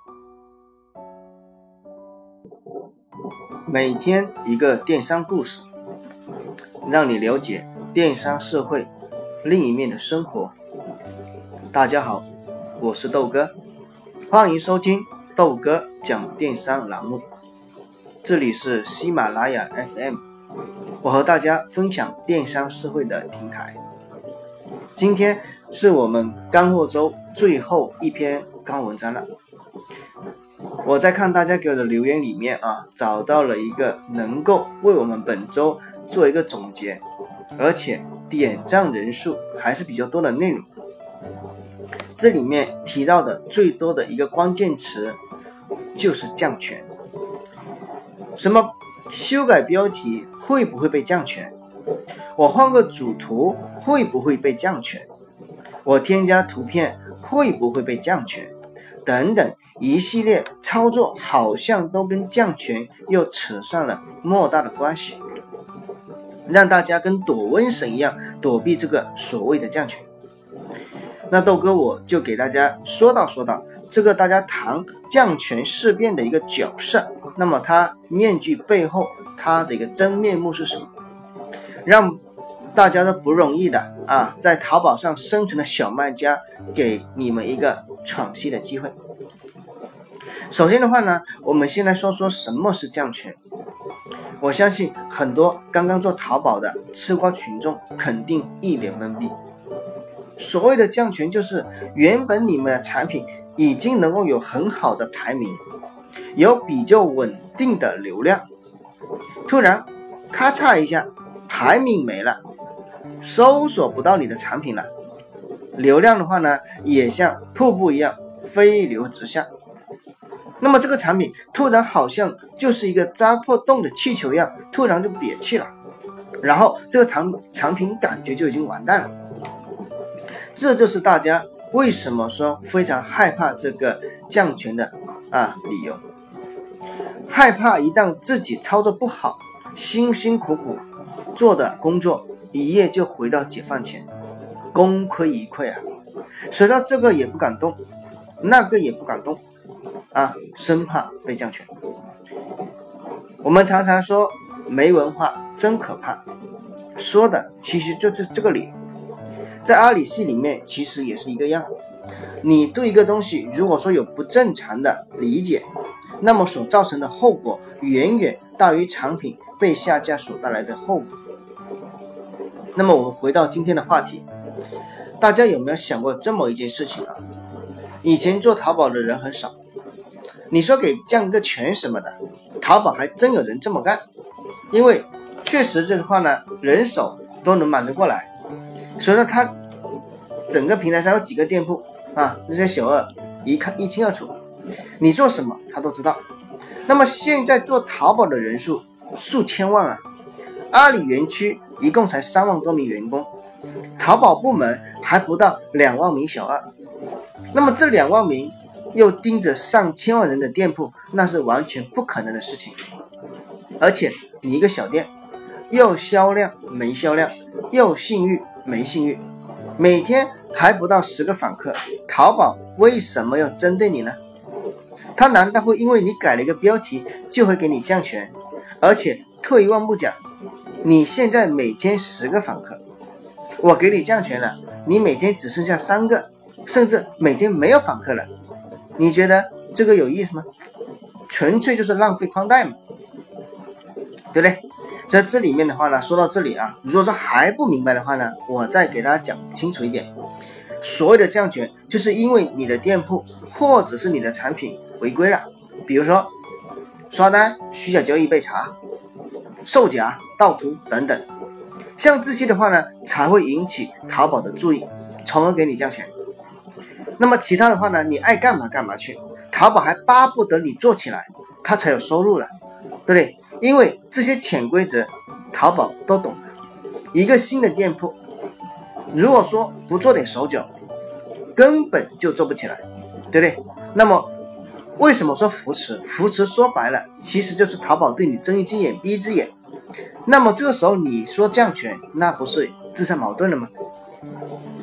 每天一个电商故事，让你了解电商社会另一面的生活。大家好，我是豆哥，欢迎收听豆哥讲电商栏目。这里是喜马拉雅 FM， 我和大家分享电商社会的平台。今天是我们干货周最后一篇干文章了。我在看大家给我的留言里面找到了一个能够为我们本周做一个总结，而且点赞人数还是比较多的内容。这里面提到的最多的一个关键词就是降权。什么修改标题会不会被降权？我换个主图会不会被降权？我添加图片会不会被降权？等等一系列操作好像都跟降权又扯上了莫大的关系，让大家跟躲瘟神一样躲避这个所谓的降权。那豆哥我就给大家说到这个大家谈降权事变的一个角色，那么它面具背后它的一个真面目是什么，让大家都不容易的在淘宝上生存的小卖家给你们一个喘息的机会。首先的话呢，我们先来说说什么是降权。我相信很多刚刚做淘宝的吃瓜群众肯定一脸懵逼。所谓的降权就是原本你们的产品已经能够有很好的排名，有比较稳定的流量，突然咔嚓一下排名没了，搜索不到你的产品了，流量的话呢也像瀑布一样飞流直下。那么这个产品突然好像就是一个扎破洞的气球一样，突然就瘪气了，然后这个产品感觉就已经完蛋了。这就是大家为什么说非常害怕这个降权的理由。害怕一旦自己操作不好，辛辛苦苦做的工作一夜就回到解放前，功亏一篑谁到这个也不敢动，那个也不敢动生怕被降权。我们常常说没文化真可怕，说的其实就是这个理由。在阿里系里面其实也是一个样，你对一个东西如果说有不正常的理解，那么所造成的后果远远大于产品被下架所带来的后果。那么我们回到今天的话题，大家有没有想过这么一件事情以前做淘宝的人很少，你说给降个权什么的，淘宝还真有人这么干，因为确实这个话呢人手都能忙得过来。所以说他整个平台上有几个店铺这些小二一看一清二楚，你做什么他都知道。那么现在做淘宝的人数数千万阿里园区一共才3万多名员工，淘宝部门还不到2万名小二，那么这2万名又盯着上千万人的店铺，那是完全不可能的事情。而且你一个小店又销量没销量，又信誉没信誉，每天还不到10个访客，淘宝为什么要针对你呢？他难道会因为你改了一个标题就会给你降权？而且退一万步讲，你现在每天10个访客，我给你降权了，你每天只剩下3个，甚至每天没有访客了，你觉得这个有意思吗？纯粹就是浪费宽带嘛，对不对？所以这里面的话呢，说到这里如果说还不明白的话呢，我再给大家讲清楚一点。所谓的降权就是因为你的店铺或者是你的产品违规了，比如说刷单、虚假交易被查、售假、盗图等等，像这些的话呢才会引起淘宝的注意，从而给你降权。那么其他的话呢，你爱干嘛干嘛去，淘宝还巴不得你做起来，它才有收入了，对不对？因为这些潜规则淘宝都懂。一个新的店铺如果说不做点手脚，根本就做不起来，对不对？那么为什么说扶持？扶持说白了其实就是淘宝对你睁一只眼闭一只眼。那么这个时候你说降权，那不是自相矛盾了吗？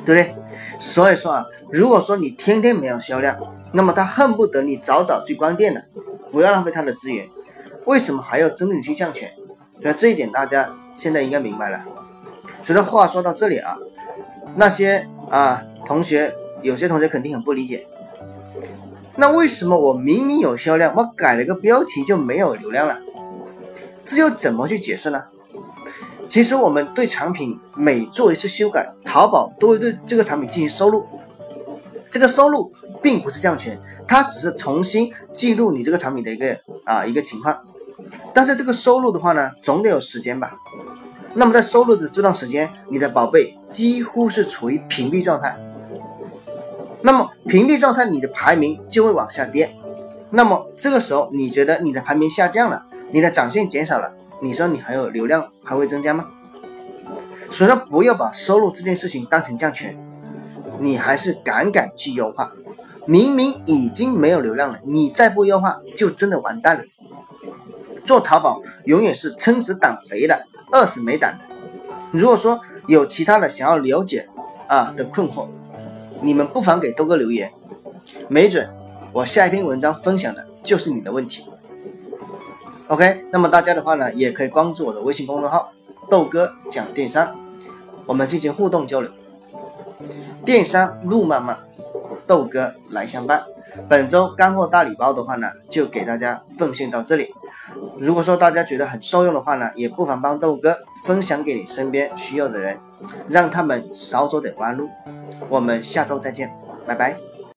对不对？所以说啊，如果说你天天没有销量，那么他恨不得你早早去关店了，不要浪费他的资源。为什么还要针对你去降权？对吧？这一点大家现在应该明白了。所以说话说到这里啊，那些同学，有些同学肯定很不理解，那为什么我明明有销量，我改了个标题就没有流量了？这又怎么去解释呢？其实我们对产品每做一次修改，淘宝都会对这个产品进行收录，这个收录并不是降权，它只是重新记录你这个产品的一个情况。但是这个收录的话呢，总得有时间吧？那么在收录的这段时间，你的宝贝几乎是处于屏蔽状态。那么屏蔽状态，你的排名就会往下跌。那么这个时候，你觉得你的排名下降了，你的涨线减少了，你说你还有流量还会增加吗？所以说不要把收入这件事情当成降权，你还是敢去优化。明明已经没有流量了，你再不优化就真的完蛋了。做淘宝永远是撑死胆肥的，饿死没胆的。如果说有其他的想要了解的困惑，你们不妨给豆哥留言，没准我下一篇文章分享的就是你的问题。OK， 那么大家的话呢，也可以关注我的微信公众号豆哥讲电商，我们进行互动交流。电商路漫漫，豆哥来相伴。本周干货大礼包的话呢，就给大家奉献到这里。如果说大家觉得很受用的话呢，也不妨帮豆哥分享给你身边需要的人，让他们少走点弯路。我们下周再见，拜拜。